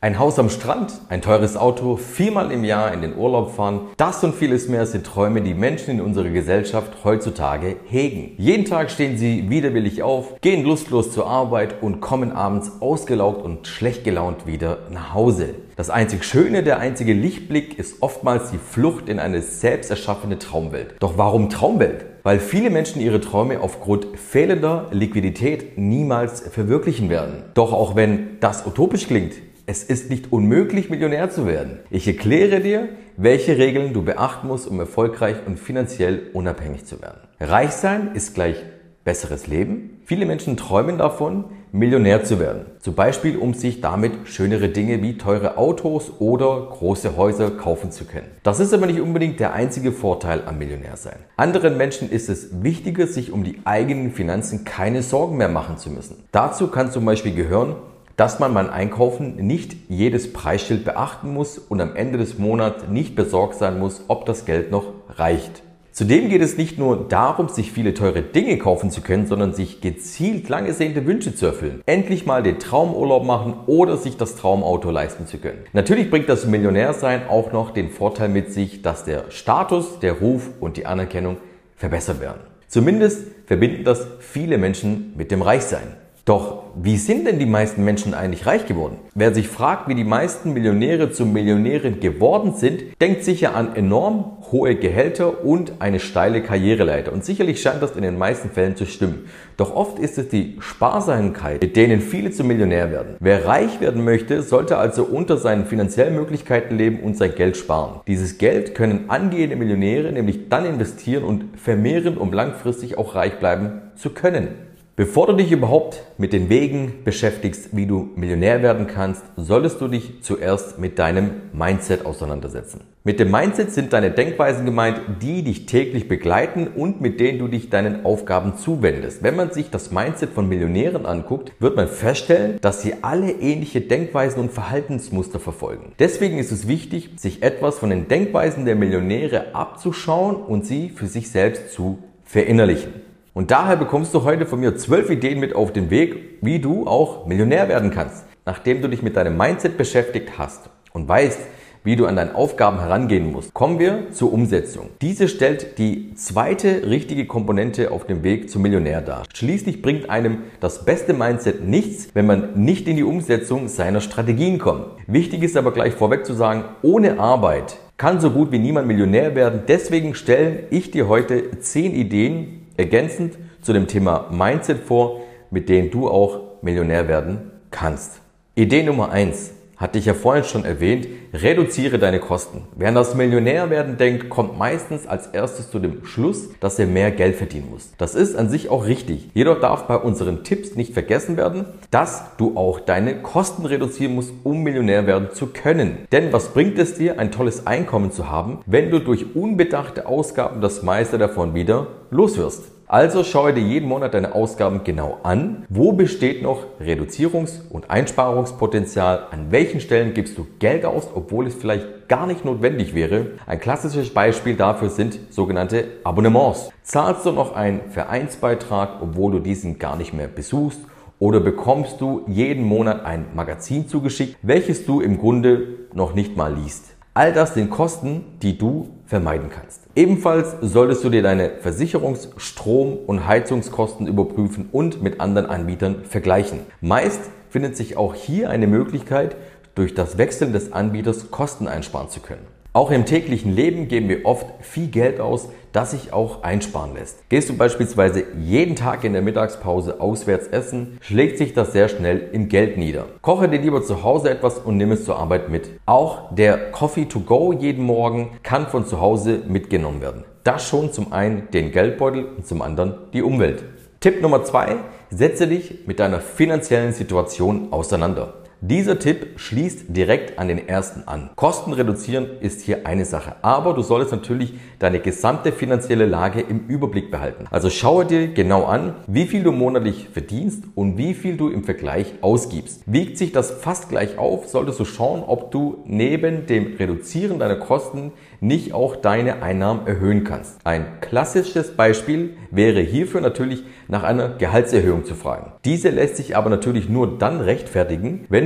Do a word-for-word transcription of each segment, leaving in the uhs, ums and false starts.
Ein Haus am Strand, ein teures Auto, viermal im Jahr in den Urlaub fahren, das und vieles mehr sind Träume, die Menschen in unserer Gesellschaft heutzutage hegen. Jeden Tag stehen sie widerwillig auf, gehen lustlos zur Arbeit und kommen abends ausgelaugt und schlecht gelaunt wieder nach Hause. Das einzig Schöne, der einzige Lichtblick ist oftmals die Flucht in eine selbst erschaffene Traumwelt. Doch warum Traumwelt? Weil viele Menschen ihre Träume aufgrund fehlender Liquidität niemals verwirklichen werden. Doch auch wenn das utopisch klingt, es ist nicht unmöglich, Millionär zu werden. Ich erkläre dir, welche Regeln du beachten musst, um erfolgreich und finanziell unabhängig zu werden. Reich sein ist gleich besseres Leben. Viele Menschen träumen davon, Millionär zu werden. Zum Beispiel, um sich damit schönere Dinge wie teure Autos oder große Häuser kaufen zu können. Das ist aber nicht unbedingt der einzige Vorteil am Millionärsein. Anderen Menschen ist es wichtiger, sich um die eigenen Finanzen keine Sorgen mehr machen zu müssen. Dazu kann zum Beispiel gehören, dass man beim Einkaufen nicht jedes Preisschild beachten muss und am Ende des Monats nicht besorgt sein muss, ob das Geld noch reicht. Zudem geht es nicht nur darum, sich viele teure Dinge kaufen zu können, sondern sich gezielt lang ersehnte Wünsche zu erfüllen. Endlich mal den Traumurlaub machen oder sich das Traumauto leisten zu können. Natürlich bringt das Millionärsein auch noch den Vorteil mit sich, dass der Status, der Ruf und die Anerkennung verbessert werden. Zumindest verbinden das viele Menschen mit dem Reichsein. Doch wie sind denn die meisten Menschen eigentlich reich geworden? Wer sich fragt, wie die meisten Millionäre zu Millionären geworden sind, denkt sicher an enorm hohe Gehälter und eine steile Karriereleiter. Und sicherlich scheint das in den meisten Fällen zu stimmen. Doch oft ist es die Sparsamkeit, mit denen viele zum Millionär werden. Wer reich werden möchte, sollte also unter seinen finanziellen Möglichkeiten leben und sein Geld sparen. Dieses Geld können angehende Millionäre nämlich dann investieren und vermehren, um langfristig auch reich bleiben zu können. Bevor du dich überhaupt mit den Wegen beschäftigst, wie du Millionär werden kannst, solltest du dich zuerst mit deinem Mindset auseinandersetzen. Mit dem Mindset sind deine Denkweisen gemeint, die dich täglich begleiten und mit denen du dich deinen Aufgaben zuwendest. Wenn man sich das Mindset von Millionären anguckt, wird man feststellen, dass sie alle ähnliche Denkweisen und Verhaltensmuster verfolgen. Deswegen ist es wichtig, sich etwas von den Denkweisen der Millionäre abzuschauen und sie für sich selbst zu verinnerlichen. Und daher bekommst du heute von mir zwölf Ideen mit auf den Weg, wie du auch Millionär werden kannst. Nachdem du dich mit deinem Mindset beschäftigt hast und weißt, wie du an deine Aufgaben herangehen musst, kommen wir zur Umsetzung. Diese stellt die zweite richtige Komponente auf dem Weg zum Millionär dar. Schließlich bringt einem das beste Mindset nichts, wenn man nicht in die Umsetzung seiner Strategien kommt. Wichtig ist aber gleich vorweg zu sagen, ohne Arbeit kann so gut wie niemand Millionär werden. Deswegen stelle ich dir heute zehn Ideen ergänzend zu dem Thema Mindset vor, mit denen du auch Millionär werden kannst. Idee Nummer eins, hatte ich ja vorhin schon erwähnt, reduziere deine Kosten. Wer an das Millionärwerden denkt, kommt meistens als erstes zu dem Schluss, dass er mehr Geld verdienen muss. Das ist an sich auch richtig. Jedoch darf bei unseren Tipps nicht vergessen werden, dass du auch deine Kosten reduzieren musst, um Millionär werden zu können. Denn was bringt es dir, ein tolles Einkommen zu haben, wenn du durch unbedachte Ausgaben das meiste davon wieder los wirst? Also schaue dir jeden Monat deine Ausgaben genau an. Wo besteht noch Reduzierungs- und Einsparungspotenzial? An welchen Stellen gibst du Geld aus, obwohl es vielleicht gar nicht notwendig wäre? Ein klassisches Beispiel dafür sind sogenannte Abonnements. Zahlst du noch einen Vereinsbeitrag, obwohl du diesen gar nicht mehr besuchst? Oder bekommst du jeden Monat ein Magazin zugeschickt, welches du im Grunde noch nicht mal liest? All das sind Kosten, die du vermeiden kannst. Ebenfalls solltest du dir deine Versicherungs-, Strom- und Heizungskosten überprüfen und mit anderen Anbietern vergleichen. Meist findet sich auch hier eine Möglichkeit, durch das Wechseln des Anbieters Kosten einsparen zu können. Auch im täglichen Leben geben wir oft viel Geld aus, das sich auch einsparen lässt. Gehst du beispielsweise jeden Tag in der Mittagspause auswärts essen, schlägt sich das sehr schnell im Geld nieder. Koche dir lieber zu Hause etwas und nimm es zur Arbeit mit. Auch der Coffee to go jeden Morgen kann von zu Hause mitgenommen werden. Das schont zum einen den Geldbeutel und zum anderen die Umwelt. Tipp Nummer zwei, setze dich mit deiner finanziellen Situation auseinander. Dieser Tipp schließt direkt an den ersten an. Kosten reduzieren ist hier eine Sache, aber du solltest natürlich deine gesamte finanzielle Lage im Überblick behalten. Also schaue dir genau an, wie viel du monatlich verdienst und wie viel du im Vergleich ausgibst. Wiegt sich das fast gleich auf, solltest du schauen, ob du neben dem Reduzieren deiner Kosten nicht auch deine Einnahmen erhöhen kannst. Ein klassisches Beispiel wäre hierfür natürlich nach einer Gehaltserhöhung zu fragen. Diese lässt sich aber natürlich nur dann rechtfertigen, wenn du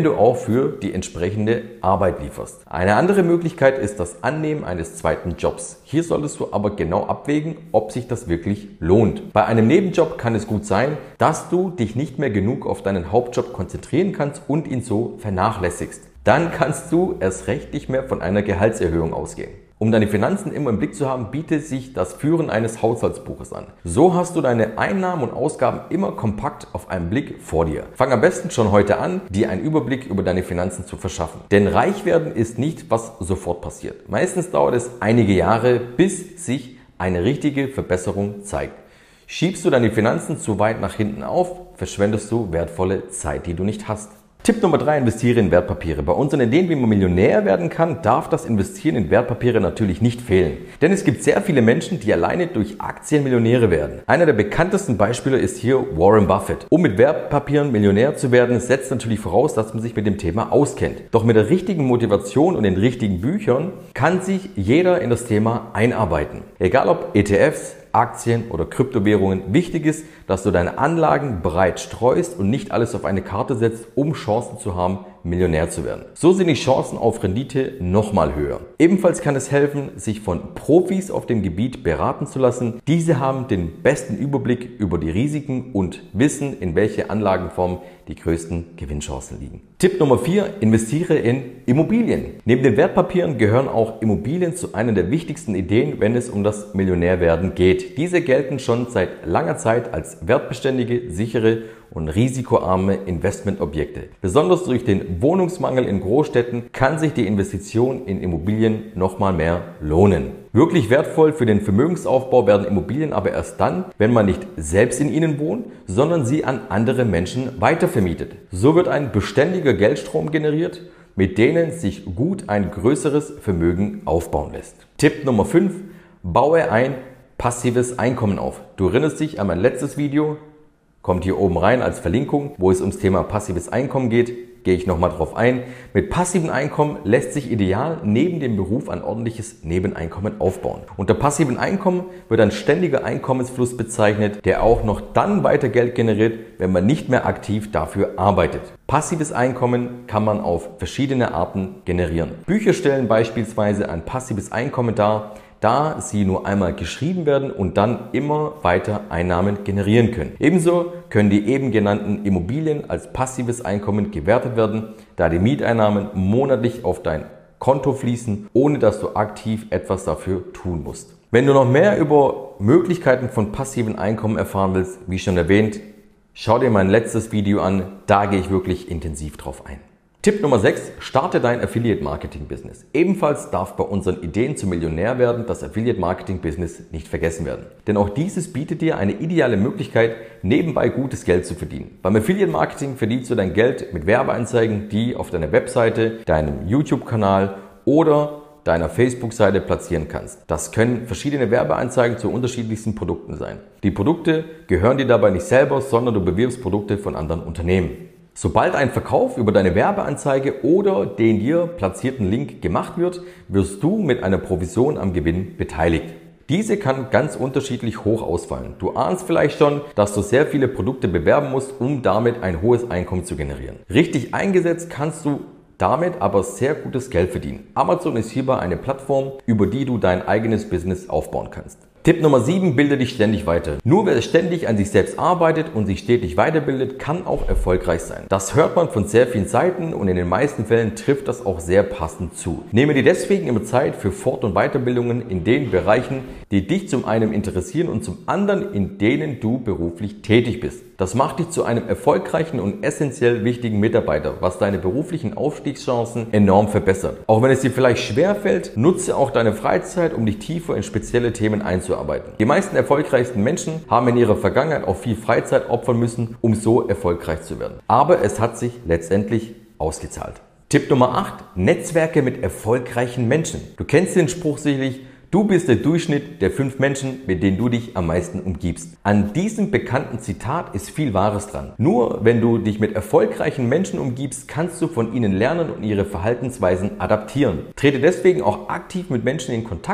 du auch für die entsprechende Arbeit lieferst. Eine andere Möglichkeit ist das Annehmen eines zweiten Jobs. Hier solltest du aber genau abwägen, ob sich das wirklich lohnt. Bei einem Nebenjob kann es gut sein, dass du dich nicht mehr genug auf deinen Hauptjob konzentrieren kannst und ihn so vernachlässigst. Dann kannst du erst recht nicht mehr von einer Gehaltserhöhung ausgehen. Um deine Finanzen immer im Blick zu haben, bietet sich das Führen eines Haushaltsbuches an. So hast du deine Einnahmen und Ausgaben immer kompakt auf einen Blick vor dir. Fang am besten schon heute an, dir einen Überblick über deine Finanzen zu verschaffen. Denn reich werden ist nicht, was sofort passiert. Meistens dauert es einige Jahre, bis sich eine richtige Verbesserung zeigt. Schiebst du deine Finanzen zu weit nach hinten auf, verschwendest du wertvolle Zeit, die du nicht hast. Tipp Nummer drei, investiere in Wertpapiere. Bei unseren Ideen, wie man Millionär werden kann, darf das Investieren in Wertpapiere natürlich nicht fehlen. Denn es gibt sehr viele Menschen, die alleine durch Aktien Millionäre werden. Einer der bekanntesten Beispiele ist hier Warren Buffett. Um mit Wertpapieren Millionär zu werden, setzt natürlich voraus, dass man sich mit dem Thema auskennt. Doch mit der richtigen Motivation und den richtigen Büchern kann sich jeder in das Thema einarbeiten. Egal ob E T Fs, Aktien oder Kryptowährungen. Wichtig ist, dass du deine Anlagen breit streust und nicht alles auf eine Karte setzt, um Chancen zu haben, Millionär zu werden. So sind die Chancen auf Rendite nochmal höher. Ebenfalls kann es helfen, sich von Profis auf dem Gebiet beraten zu lassen. Diese haben den besten Überblick über die Risiken und wissen, in welche Anlagenform die größten Gewinnchancen liegen. Tipp Nummer vier, investiere in Immobilien. Neben den Wertpapieren gehören auch Immobilien zu einer der wichtigsten Ideen, wenn es um das Millionärwerden geht. Diese gelten schon seit langer Zeit als wertbeständige, sichere und risikoarme Investmentobjekte. Besonders durch den Wohnungsmangel in Großstädten kann sich die Investition in Immobilien nochmal mehr lohnen. Wirklich wertvoll für den Vermögensaufbau werden Immobilien aber erst dann, wenn man nicht selbst in ihnen wohnt, sondern sie an andere Menschen weitervermietet. So wird ein beständiger Geldstrom generiert, mit denen sich gut ein größeres Vermögen aufbauen lässt. Tipp Nummer fünf, baue ein passives Einkommen auf. Du erinnerst dich an mein letztes Video, kommt hier oben rein als Verlinkung, wo es ums Thema passives Einkommen geht, gehe ich nochmal drauf ein. Mit passivem Einkommen lässt sich ideal neben dem Beruf ein ordentliches Nebeneinkommen aufbauen. Unter passivem Einkommen wird ein ständiger Einkommensfluss bezeichnet, der auch noch dann weiter Geld generiert, wenn man nicht mehr aktiv dafür arbeitet. Passives Einkommen kann man auf verschiedene Arten generieren. Bücher stellen beispielsweise ein passives Einkommen dar, da sie nur einmal geschrieben werden und dann immer weiter Einnahmen generieren können. Ebenso können die eben genannten Immobilien als passives Einkommen gewertet werden, da die Mieteinnahmen monatlich auf dein Konto fließen, ohne dass du aktiv etwas dafür tun musst. Wenn du noch mehr über Möglichkeiten von passiven Einkommen erfahren willst, wie schon erwähnt, schau dir mein letztes Video an, da gehe ich wirklich intensiv drauf ein. Tipp Nummer sechs, starte dein Affiliate-Marketing-Business. Ebenfalls darf bei unseren Ideen zum Millionär werden das Affiliate-Marketing-Business nicht vergessen werden. Denn auch dieses bietet dir eine ideale Möglichkeit, nebenbei gutes Geld zu verdienen. Beim Affiliate-Marketing verdienst du dein Geld mit Werbeanzeigen, die auf deiner Webseite, deinem YouTube-Kanal oder deiner Facebook-Seite platzieren kannst. Das können verschiedene Werbeanzeigen zu unterschiedlichsten Produkten sein. Die Produkte gehören dir dabei nicht selber, sondern du bewirbst Produkte von anderen Unternehmen. Sobald ein Verkauf über deine Werbeanzeige oder den dir platzierten Link gemacht wird, wirst du mit einer Provision am Gewinn beteiligt. Diese kann ganz unterschiedlich hoch ausfallen. Du ahnst vielleicht schon, dass du sehr viele Produkte bewerben musst, um damit ein hohes Einkommen zu generieren. Richtig eingesetzt kannst du damit aber sehr gutes Geld verdienen. Amazon ist hierbei eine Plattform, über die du dein eigenes Business aufbauen kannst. Tipp Nummer sieben, bilde dich ständig weiter. Nur wer ständig an sich selbst arbeitet und sich stetig weiterbildet, kann auch erfolgreich sein. Das hört man von sehr vielen Seiten und in den meisten Fällen trifft das auch sehr passend zu. Nehme dir deswegen immer Zeit für Fort- und Weiterbildungen in den Bereichen, die dich zum einen interessieren und zum anderen in denen du beruflich tätig bist. Das macht dich zu einem erfolgreichen und essentiell wichtigen Mitarbeiter, was deine beruflichen Aufstiegschancen enorm verbessert. Auch wenn es dir vielleicht schwerfällt, nutze auch deine Freizeit, um dich tiefer in spezielle Themen einzuarbeiten. Die meisten erfolgreichsten Menschen haben in ihrer Vergangenheit auch viel Freizeit opfern müssen, um so erfolgreich zu werden. Aber es hat sich letztendlich ausgezahlt. Tipp Nummer acht, Netzwerke mit erfolgreichen Menschen. Du kennst den Spruch sicherlich, du bist der Durchschnitt der fünf Menschen, mit denen du dich am meisten umgibst. An diesem bekannten Zitat ist viel Wahres dran. Nur wenn du dich mit erfolgreichen Menschen umgibst, kannst du von ihnen lernen und ihre Verhaltensweisen adaptieren. Trete deswegen auch aktiv mit Menschen in Kontakt,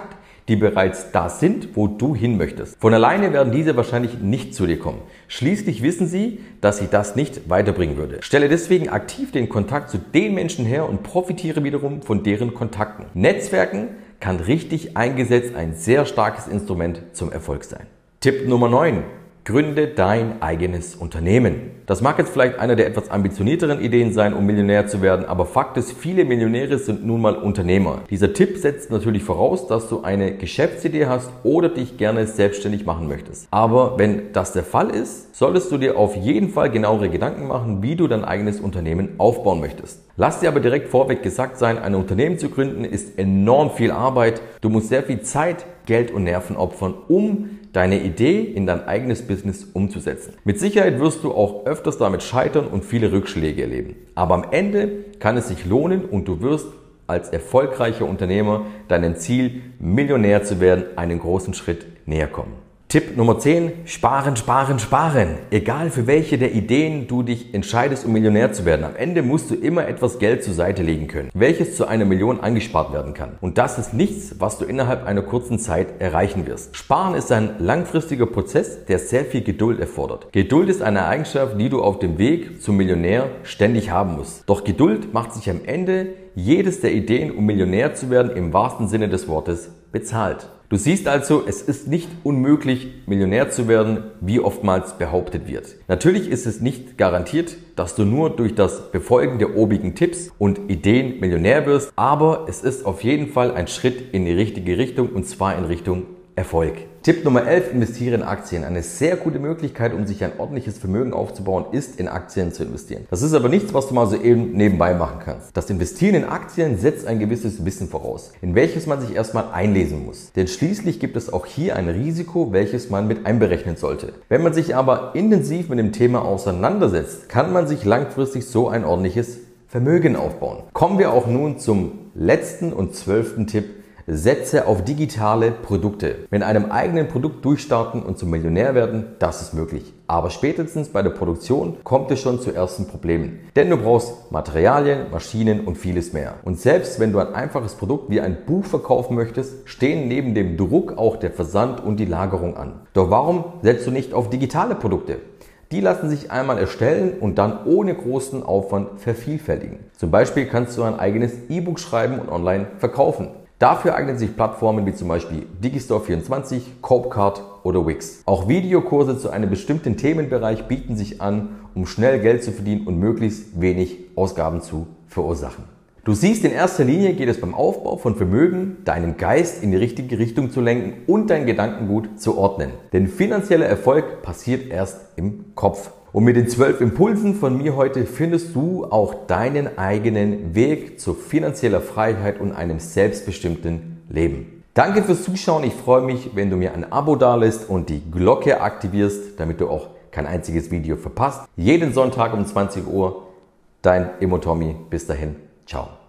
die bereits da sind, wo du hin möchtest. Von alleine werden diese wahrscheinlich nicht zu dir kommen. Schließlich wissen sie, dass sie das nicht weiterbringen würde. Stelle deswegen aktiv den Kontakt zu den Menschen her und profitiere wiederum von deren Kontakten. Netzwerken kann richtig eingesetzt ein sehr starkes Instrument zum Erfolg sein. Tipp Nummer neun. Gründe dein eigenes Unternehmen. Das mag jetzt vielleicht einer der etwas ambitionierteren Ideen sein, um Millionär zu werden, aber Fakt ist, viele Millionäre sind nun mal Unternehmer. Dieser Tipp setzt natürlich voraus, dass du eine Geschäftsidee hast oder dich gerne selbstständig machen möchtest. Aber wenn das der Fall ist, solltest du dir auf jeden Fall genauere Gedanken machen, wie du dein eigenes Unternehmen aufbauen möchtest. Lass dir aber direkt vorweg gesagt sein, ein Unternehmen zu gründen ist enorm viel Arbeit. Du musst sehr viel Zeit, Geld und Nerven opfern, um deine Idee in dein eigenes Business umzusetzen. Mit Sicherheit wirst du auch öfters damit scheitern und viele Rückschläge erleben. Aber am Ende kann es sich lohnen und du wirst als erfolgreicher Unternehmer deinem Ziel, Millionär zu werden, einen großen Schritt näher kommen. Tipp Nummer zehn. Sparen, sparen, sparen. Egal für welche der Ideen du dich entscheidest, um Millionär zu werden, am Ende musst du immer etwas Geld zur Seite legen können, welches zu einer Million angespart werden kann. Und das ist nichts, was du innerhalb einer kurzen Zeit erreichen wirst. Sparen ist ein langfristiger Prozess, der sehr viel Geduld erfordert. Geduld ist eine Eigenschaft, die du auf dem Weg zum Millionär ständig haben musst. Doch Geduld macht sich am Ende jedes der Ideen, um Millionär zu werden, im wahrsten Sinne des Wortes bezahlt. Du siehst also, es ist nicht unmöglich, Millionär zu werden, wie oftmals behauptet wird. Natürlich ist es nicht garantiert, dass du nur durch das Befolgen der obigen Tipps und Ideen Millionär wirst, aber es ist auf jeden Fall ein Schritt in die richtige Richtung, und zwar in Richtung Erfolg. Tipp Nummer elf. Investiere in Aktien. Eine sehr gute Möglichkeit, um sich ein ordentliches Vermögen aufzubauen, ist, in Aktien zu investieren. Das ist aber nichts, was du mal so eben nebenbei machen kannst. Das Investieren in Aktien setzt ein gewisses Wissen voraus, in welches man sich erstmal einlesen muss. Denn schließlich gibt es auch hier ein Risiko, welches man mit einberechnen sollte. Wenn man sich aber intensiv mit dem Thema auseinandersetzt, kann man sich langfristig so ein ordentliches Vermögen aufbauen. Kommen wir auch nun zum letzten und zwölften Tipp. Setze auf digitale Produkte. Mit einem eigenen Produkt durchstarten und zum Millionär werden, das ist möglich. Aber spätestens bei der Produktion kommt es schon zu ersten Problemen. Denn du brauchst Materialien, Maschinen und vieles mehr. Und selbst wenn du ein einfaches Produkt wie ein Buch verkaufen möchtest, stehen neben dem Druck auch der Versand und die Lagerung an. Doch warum setzt du nicht auf digitale Produkte? Die lassen sich einmal erstellen und dann ohne großen Aufwand vervielfältigen. Zum Beispiel kannst du ein eigenes E-Book schreiben und online verkaufen. Dafür eignen sich Plattformen wie zum Beispiel Digistore vierundzwanzig, Copecard oder Wix. Auch Videokurse zu einem bestimmten Themenbereich bieten sich an, um schnell Geld zu verdienen und möglichst wenig Ausgaben zu verursachen. Du siehst, in erster Linie geht es beim Aufbau von Vermögen, deinen Geist in die richtige Richtung zu lenken und dein Gedankengut zu ordnen. Denn finanzieller Erfolg passiert erst im Kopf. Und mit den zwölf Impulsen von mir heute findest du auch deinen eigenen Weg zu finanzieller Freiheit und einem selbstbestimmten Leben. Danke fürs Zuschauen. Ich freue mich, wenn du mir ein Abo dalässt und die Glocke aktivierst, damit du auch kein einziges Video verpasst. Jeden Sonntag um zwanzig Uhr. Dein Immo Tommy. Bis dahin. Ciao.